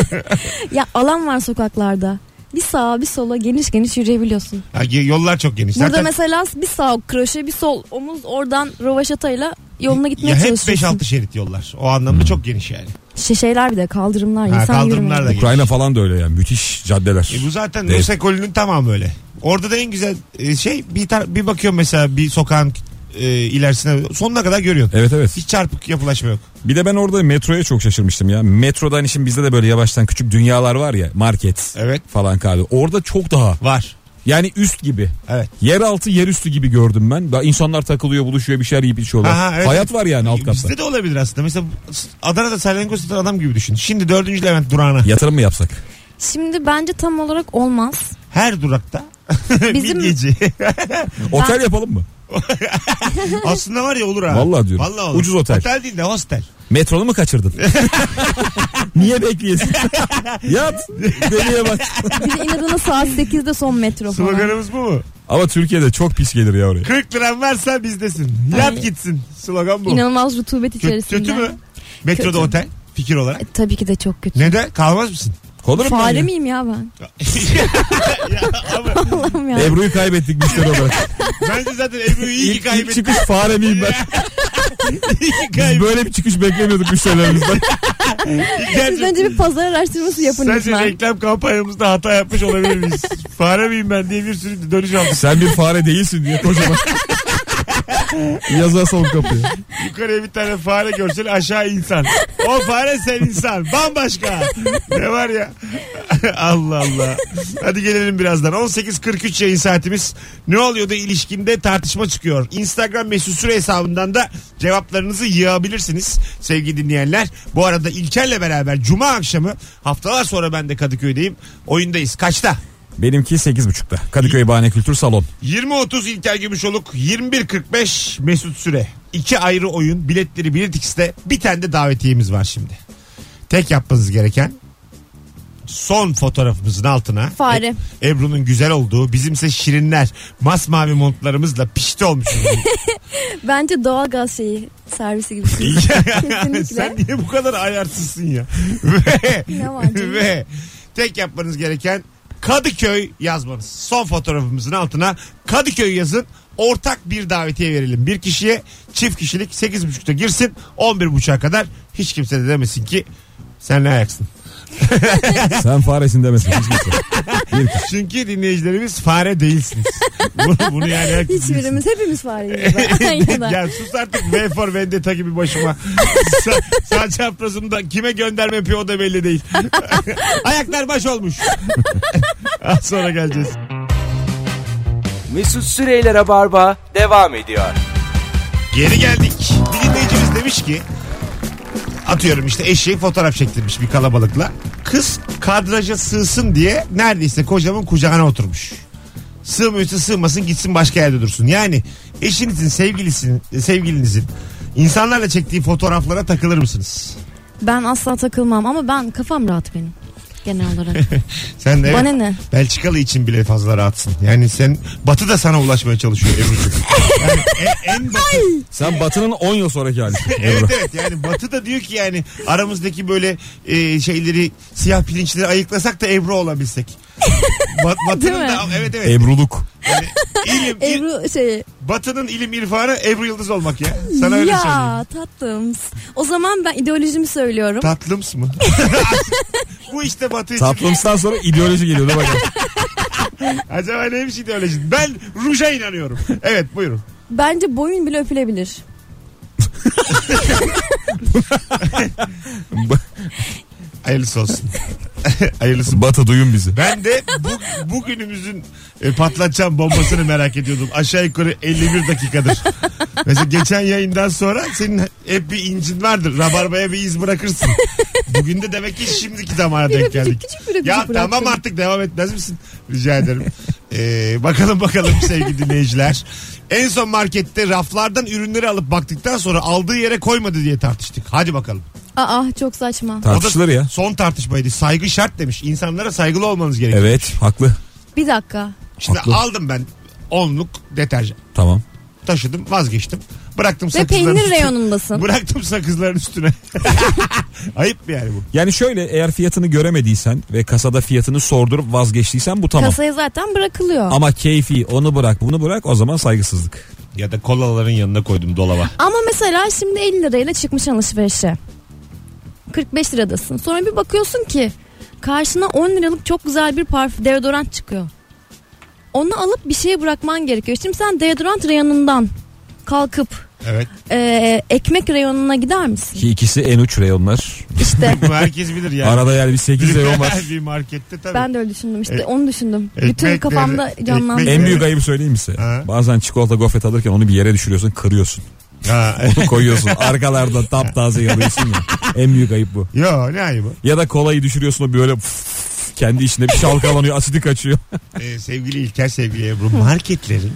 Ya alan var sokaklarda. Bir sağa bir sola geniş geniş yürüyebiliyorsun. Ha, yollar çok geniş. Burada Zaten mesela bir sağ kroşe bir sol omuz oradan rovaşatayla yoluna gitmeye ya hep çalışıyorsun. 5-6 şerit yollar. O anlamda çok geniş yani. Şeyler bir de kaldırımlar. Ha, insan kaldırımlar yürümüyor. da geniş. Ukrayna falan da öyle yani. Müthiş caddeler. Bu zaten Evet. Rus ekolünün tamamı öyle. Orada da en güzel şey bir bakıyorum mesela bir sokağın ilerisine sonuna kadar görüyorsun. Evet. Hiç çarpık yapılaşma yok. Bir de ben orada metroya çok şaşırmıştım ya. Metroda hani şimdi bizde de böyle yavaştan küçük dünyalar var ya. Market Evet. falan kaldı. Orada çok daha. Var. Yani üst gibi. Evet. Yer altı yer üstü gibi gördüm ben. Daha insanlar takılıyor buluşuyor bir şeyler yiyip içiyorlar. Aha, evet. Hayat var yani alt katta. Bizde de olabilir aslında. Mesela Adana'da salyangoz satan adam gibi düşün. Şimdi 4. Levent durağına. Yatırım mı yapsak? Şimdi bence tam olarak olmaz. Her durakta Bizim- midyeci. Otel yapalım mı? Aslında var ya olur ha. Vallahi diyorum. Vallahi olur. Ucuz otel. Otel değil de hostel. Metronu mu kaçırdın? Niye bekliyorsun? Yat. Deliye bak. Bir de inadına saat 8'de son metro falan. Sloganımız bu mu? Ama Türkiye'de çok pis gelir ya oraya. 40 liran varsa bizdesin. Yat Ay. gitsin. Slogan bu. İnanılmaz rutubet içerisinde. Kötü mü? Metroda Kötü. otel fikir olarak. Tabii ki de çok kötü. Neden? Kalmaz mısın? Olurum ben Fare ya. miyim ya ben? Ya ama Allah'ım ya. Ebru'yu kaybettik müşteri olarak. bence zaten Ebru'yu iyi ki İlk kaybettik. çıkış fare miyim ben? İyi ki Biz kaybettik. böyle bir çıkış beklemiyorduk müşterilerimizden. Siz önce bir pazar araştırması yapın Sence lütfen. reklam kampanyamızda hata yapmış olabilir miyiz? Fare miyim ben diye bir sürü dönüş aldık. Sen bir fare değilsin diye kocaman. Yazar son kapıyı. Yukarıya bir tane fare görseli aşağı insan. O fare sen insan. Bambaşka. Ne var ya? Allah Allah. Hadi gelelim birazdan. 18.43 yayın saatimiz. Ne oluyor da ilişkinde tartışma çıkıyor. Instagram mesut süre hesabından da cevaplarınızı yığabilirsiniz sevgili dinleyenler. Bu arada İlker'le beraber Cuma akşamı haftalar sonra ben de Kadıköy'deyim. Oyundayız. Kaçta? Benimki 8.30'da. Kadıköy Bahane Kültür Salon. 20.30 İlker Gümüşoluk, 21.45 Mesut Süre. 2 ayrı oyun, biletleri Bilet X'te, bir tane de davetiyemiz var şimdi. Tek yapmanız gereken son fotoğrafımızın altına Fare. Ebru'nun güzel olduğu, bizimse şirinler masmavi montlarımızla pişti olmuşuz. Bence doğalgaz şeyi servisi gibi. Kesinlikle. Sen niye bu kadar ayarsızsın ya? Ne var canım? Ve tek yapmanız gereken Kadıköy yazmanız. Son fotoğrafımızın altına Kadıköy yazın. Ortak bir davetiye verelim. Bir kişiye çift kişilik 8.30'da girsin. 11.30'a kadar hiç kimse de demesin ki sen ne ayaksın. Sen faresin demesin. Hiç kimse. Çünkü dinleyicilerimiz fare değilsiniz. Bunu yani herkes Hiçbirimiz, hepimiz fareyiz. Ya da. Ya sus artık, V for Vendetta gibi başıma. Sağ çaprazımda kime gönderme yapıyor o da belli değil. Ayaklar baş olmuş. Az sonra geleceğiz. Mesut Süreyler'e barba devam ediyor. Geri geldik. Bir dinleyicimiz demiş ki, atıyorum işte eşi fotoğraf çektirmiş bir kalabalıkla. Kız kadraja sığsın diye neredeyse kocamın kucağına oturmuş. Sığmıyorsa sığmasın, gitsin başka yerde dursun. Yani eşinizin, sevgilinizin insanlarla çektiği fotoğraflara takılır mısınız? Ben asla takılmam ama ben kafam rahat benim. Genel olarak. Sen de bana ne? Belçikalı için bile fazla rahatsın. Yani sen Batı da sana ulaşmaya çalışıyor Ebru'cum. Yani en Batı. Sen Batı'nın 10 yıl sonraki hali. Evet yani Batı da diyor ki yani aramızdaki böyle şeyleri, siyah pirinçleri ayıklasak da Ebru olabilsek. Batı'nın da evet. Ebruluk. Yani Ebru Batı'nın ilim irfanı Ebru Yıldız olmak ya. Sana öyle söyleyeyim. Ya tatlım. O zaman ben ideolojimi söylüyorum. Tatlıms mı? Bu işte Batı için. Tatlımstan sonra ideoloji geliyor. Dur bakalım. Acaba neymiş ideoloji? Ben ruja inanıyorum. Evet buyurun. Bence boyun bile öpülebilir. Hayırlısı olsun. Hayırlısı. Batı duyun bizi. Ben de bugünümüzün patlatacağım bombasını merak ediyordum. Aşağı yukarı 51 dakikadır. Mesela geçen yayından sonra senin hep bir incin vardır. Rabarbaya bir iz bırakırsın. Bugün de demek ki şimdiki zamana denk geldik. Küçük Ya tamam artık devam etmez misin? Rica ederim. Bakalım sevgili dinleyiciler. En son markette raflardan ürünleri alıp baktıktan sonra aldığı yere koymadı diye tartıştık. Hadi bakalım. Çok saçma. Tartışılır ya. Son tartışmaydı. Saygı şart demiş. İnsanlara saygılı olmanız gerekiyor. Evet, haklı. Bir dakika. Şimdi Haklı. aldım ben 10'luk deterjan. Tamam. Taşıdım, vazgeçtim. Bıraktım Ve sakızların peynir üstüne. reyonundasın. Bıraktım sakızların üstüne. Ayıp mı yani bu? Yani şöyle, eğer fiyatını göremediysen ve kasada fiyatını sordurup vazgeçtiysen bu tamam. Kasaya zaten bırakılıyor. Ama keyfi, onu bırak bunu bırak, o zaman saygısızlık. Ya da kolaların yanına koydum dolaba. Ama mesela şimdi 50 lirayla çıkmış alışverişe. 45 liradasın. Sonra bir bakıyorsun ki karşına 10 liralık çok güzel bir deodorant çıkıyor. Onu alıp bir şeye bırakman gerekiyor. Şimdi sen deodorant reyonundan kalkıp Evet. Ekmek reyonuna gider misin? Ki ikisi en uç reyonlar. İşte. Bu herkes bilir yani. Arada yani bir 8 reyon var. Bir markette tabii. Ben de öyle düşündüm işte. Onu düşündüm. ekmek Bütün kafamda verir, canlandı. ekmek En büyük ayıbı söyleyeyim mi size? Ha. Bazen çikolata gofret alırken onu bir yere düşürüyorsun, kırıyorsun. Ha. Onu koyuyorsun. Arkalarda taptaze yalıyorsun ya. En büyük ayıp bu. Yo ne ayıbı? Ya da kolayı düşürüyorsun, o böyle kendi içinde bir şalkalanıyor, asidi kaçıyor. Sevgili İlker, sevgili Ebru, marketlerin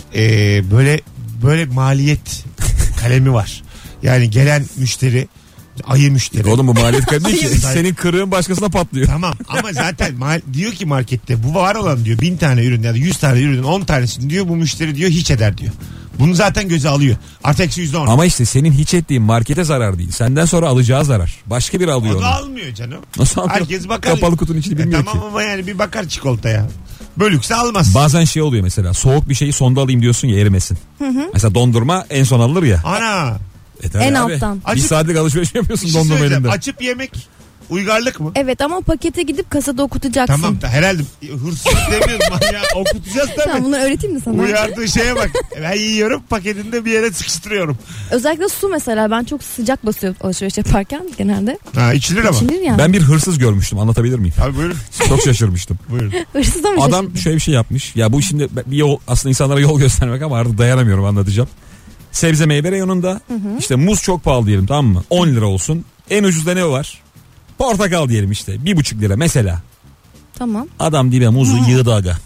böyle maliyet kalemi var. Yani gelen müşteri, ayı müşteri. Oğlum bu maliyet kalemi değil ki. Senin kırığın başkasına patlıyor. Tamam ama zaten diyor ki markette bu var olan diyor 1000 tane ürün ya da 100 tane ürünün 10 tanesini diyor bu müşteri diyor hiç eder diyor. Bunu zaten göze alıyor. Artı eksi %10. Ama işte senin hiç ettiğin markete zarar değil. Senden sonra alacağı zarar. Başka biri alıyor O onu. da almıyor canım. Nasıl alıyor? Herkes bakar. Kapalı kutunun içini bilmiyor tamam ki. ama yani bir bakar çikolataya. Bölükse almaz. Bazen şey oluyor mesela, soğuk bir şeyi sonda alayım diyorsun ya, erimesin. Mesela dondurma en son alınır ya. Ana. En alttan. Bir saatlik alışveriş yapıyorsun Bir şey dondurma söyleyeceğim. elinde. Açıp yemek uygarlık mı? Evet ama pakete gidip kasada okutacaksın. Tamam da herhalde hırsızlık demiyoruz manyağı. Okutacağız tabii. Tamam, bunu öğreteyim mi sana? Uyardığı şeye bak. Ben yiyorum paketinde bir yere sıkıştırıyorum. Özellikle su mesela, ben çok sıcak basıyorum alışveriş yaparken genelde. Ha içilir ama. İçilir ya. Ben bir hırsız görmüştüm, anlatabilir miyim? Abi buyurun. Çok şaşırmıştım. Buyurun. Hırsıza mı Adam şaşırdın? şöyle bir şey yapmış. Ya bu şimdi bir yol, aslında insanlara yol göstermek ama artık dayanamıyorum, anlatacağım. Sebze meyve reyonunda işte muz çok pahalı diyelim, tamam mı? 10 lira olsun. En ucuzda ne var? Portakal diyelim işte. 1,5 lira mesela. Tamam. Adam dibe muzu yığdı aga.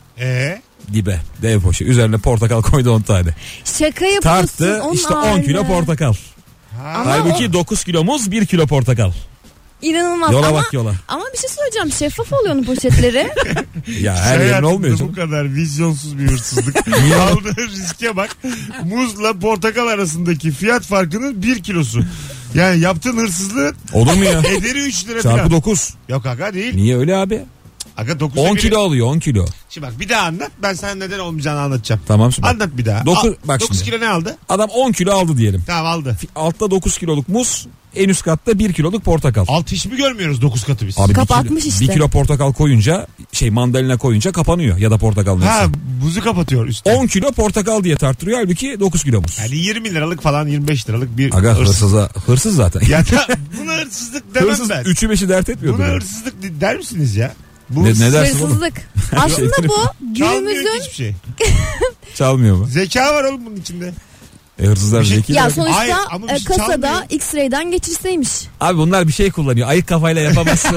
Dibe. Dev poşet. Üzerine portakal koydu 10 tane. Şaka yapıyorsun. Tarttı onun işte 10 ağırlığı. kilo portakal. Halbuki 9 kilo muz, 1 kilo portakal. İnanılmaz. Yola ama, bak yola. Ama bir şey söyleyeceğim. Şeffaf oluyor onun poşetleri. Ya her yerin olmuyor Bu canım. kadar vizyonsuz bir hırsızlık. Aldığı riske bak. Muzla portakal arasındaki fiyat farkının 1 kilosu. Yani yaptığın hırsızlığın Olur mu ya? ederi 3 lira Çarpı falan. 9. Yok aga değil. Niye öyle abi? Aga 9 10 kilo alıyor, 10 kilo. Şimdi bak bir daha anlat. Ben sana neden olmayacağını anlatacağım. Tamam şimdi. Anlat bir daha. Bak 9 şimdi. kilo ne aldı? Adam 10 kilo aldı diyelim. Tamam aldı. Altta 9 kiloluk muz, En üst katta 1 kiloluk portakal. Alt hiç mi görmüyoruz 9 katı biz? Abi Kapatmış işte. 1 kilo portakal koyunca mandalina koyunca kapanıyor ya da portakal neyse. Ha, buzu kapatıyor üstte. 10 kilo portakal diye tartırıyor halbuki 9 kilo muz. Yani 20 liralık falan 25 liralık bir Aga hırsız zaten. Ya da buna hırsızlık demem Hırsız ben. 3'ü 5'i dert etmiyordu. Buna yani. hırsızlık der misiniz ya? Bu Ne dersin oğlum? Hırsızlık. Aslında bu çalmıyor günümüzün hiçbir şey. Çalmıyor mu? Zeka var oğlum bunun içinde. Hırsızlar Bir şey- zeki. ya de- sonuçta Hayır, ama bir şey kasada çalmıyor. X-ray'den geçirseymiş. Abi bunlar bir şey kullanıyor. Ayık kafayla yapamazsın.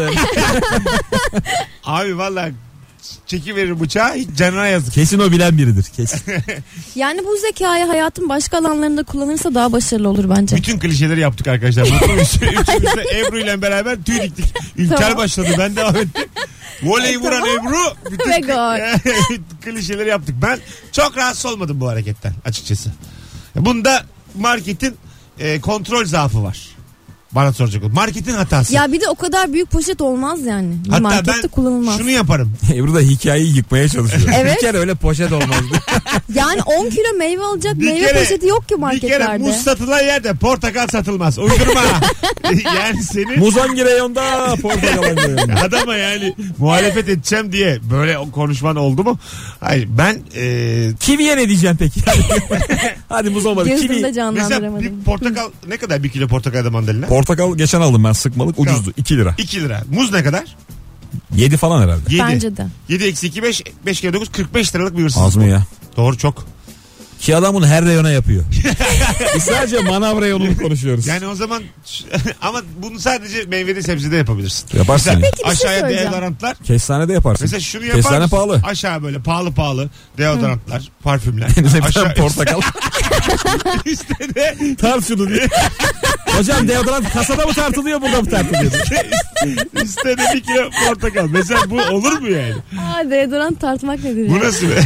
Abi valla çekiverir bıçağı hiç canına yazık. Kesin o bilen biridir. Kesin. Yani bu zekayı hayatın başka alanlarında kullanırsa daha başarılı olur bence. Bütün klişeleri yaptık arkadaşlar. Mutlu muyuz? Üçümüz de Ebru ile beraber tüy diktik. Ülker Tamam. başladı, ben devam ettim. Voley vuran Tamam. Ebru. Bütün Ve gol. klişeleri yaptık. Ben çok rahatsız olmadım bu hareketten açıkçası. Bunda marketin kontrol zaafı var. Bana soracak olun. Marketin hatası. Ya bir de o kadar büyük poşet olmaz yani. Bir Hatta markette ben kullanılmaz. şunu yaparım. Ebru da hikayeyi yıkmaya çalışıyor. Evet. Bir kere öyle poşet olmazdı. Yani 10 kilo meyve alacak Bir meyve kere- poşeti yok ki Bir marketlerde. kere muz satılan yerde portakal satılmaz. Uydurma. Yani senin Muzangi reyonda, portakal reyonda. adama yani muhalefet edeceğim diye böyle konuşman oldu mu? Hayır ben Kiviye ne diyeceğim peki? Hadi muz olmadı. Gözümde Kivi. mesela canlandıramadım. bir portakal ne kadar 1 kilo portakalda mandalina? Portakal geçen aldım ben sıkmalık ucuzdu. Tamam. 2 lira. 2 lira. Muz ne kadar? 7 falan herhalde. 7. Bence de. 7 eksi 2 5. 5 kere 9 45 liralık bir hırsızlık. Az mı ya? Doğru çok. Ki adam bunu her reyona yapıyor. Biz sadece manav reyonunu konuşuyoruz. Yani o zaman ama bunu sadece meyvede sebzede yapabilirsin. Yaparsın Mesela ya. Peki bir şey aşağıya söyleyeceğim. deodorantlar. Kestane de yaparsın. Mesela şunu yapar Kestane mısın? pahalı. Aşağı böyle pahalı deodorantlar, parfümler. Aşağı portakal. üstte de Tart şunu diye. Hocam deodorant kasada mı tartılıyor burada mı tartılıyor? üstte de 1 kilo portakal. Mesela bu olur mu yani? Aa, deodorant tartmak nedir Bu ya? nasıl be?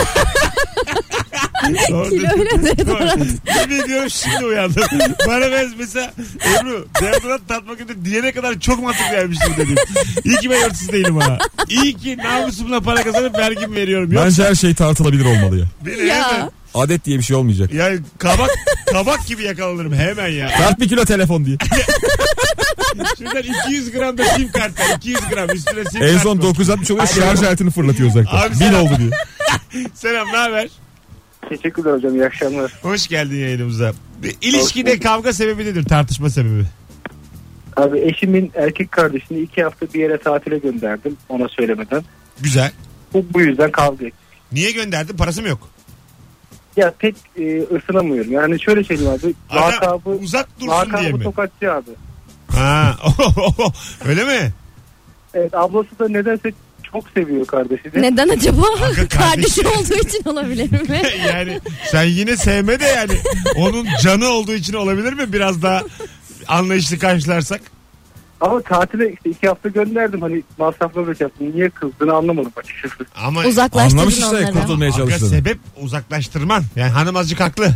Doğru Kiloyla dedim. deodorant. Yemin ediyorum şimdi uyandım. Bana mesela Ebru deodorant tatmak için diyene kadar çok mantıklı vermiştim dedim. İyi ki ben hırsız değilim ha. İyi ki namusumla para kazanıp vergimi veriyorum. Bence her şey tartılabilir olmalı ya. Beni Ya. hemen Adet diye bir şey olmayacak. yani kabak gibi yakalanırım hemen ya. Tart 1 kilo telefon diye. Şuradan 200 gram da sim kart var. 200 gram üstüne sim En kart son var. 960 oluyor şarj aletini fırlatıyor uzaktan. Abi 1000 sen- oldu diye. Selam ne haber? Teşekkürler hocam, iyi akşamlar. Hoş geldin yayınımıza. İlişkide kavga sebebi nedir? Tartışma sebebi. Abi eşimin erkek kardeşini 2 hafta bir yere tatile gönderdim ona söylemeden. Güzel. Bu yüzden kavga ettik. Niye gönderdin? Parası mı yok? Ya pek ısınamıyorum. Yani şöyle söyleyeyim abi. Adam Lakabı, uzak dursun diye mi? tokatçı abi. Ha, öyle mi? Evet, ablası da nedense çok seviyor kardeşini. Neden acaba? Aga, Kardeşi kardeşi. olduğu için olabilir mi? Yani sen yine sevme de yani onun canı olduğu için olabilir mi? Biraz daha anlayışlı karşılarsak. Ama tatile işte 2 hafta gönderdim. Hani masrafları da yaptım. Niye kızdığını anlamadım açıkçası. Ama Uzaklaştırdın Anlamış işte onları. kurtulmaya aga, çalıştığını. sebep uzaklaştırman. Yani hanım azıcık haklı.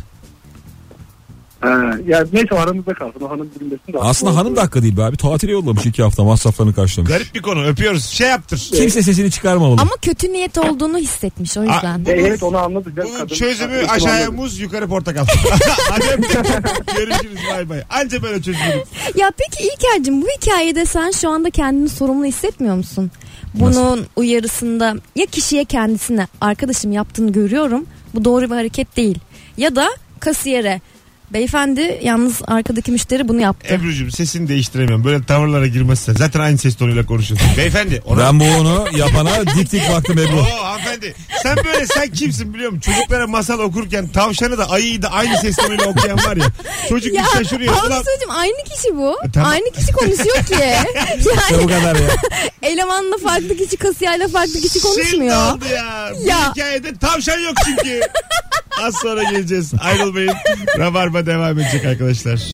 Ya neyse aramızda kalsın. O hanım bilmesin de. Aslında hanım da hakkı değil be abi. Tatile yollamış 2 hafta masraflarını karşılamış. Garip bir konu, öpüyoruz. Şey yaptır. Kimse sesini çıkarmamalı. Ama kötü niyet olduğunu hissetmiş o yüzden. Evet, onu anladı. Bunun çözümü aşağıya muz, yukarı portakal. Hadi öptüm. Görüşürüz, bay bay. Anca böyle çözülür. Ya peki İlker'cim bu hikayede sen şu anda kendini sorumlu hissetmiyor musun? Bunun uyarısında ya kişiye kendisine arkadaşım yaptığını görüyorum bu doğru bir hareket değil. Ya da kasiyere beyefendi yalnız arkadaki müşteri bunu yaptı. Ebru'cum sesini değiştiremiyorum. Böyle tavırlara girmezsen. Zaten aynı ses tonuyla konuşuyorsun. Beyefendi. Ben bunu yapana dik dik baktım Ebru. Oo hanımefendi. Sen kimsin biliyor musun? Çocuklara masal okurken tavşanı da ayıyı da aynı ses tonuyla okuyan var ya. Çocuk Ya bir şaşırıyor. Ulan, Hamzacığım aynı kişi bu. Tamam. Aynı kişi konuşuyor ki. İşte bu Yani kadar ya. elemanla farklı kişi kasiyerle farklı kişi şimdi konuşmuyor. oldu ya. Bu Ya. hikayede tavşan yok çünkü. Az sonra geleceğiz. Ayrılmayın. Rabarba devam edecek arkadaşlar.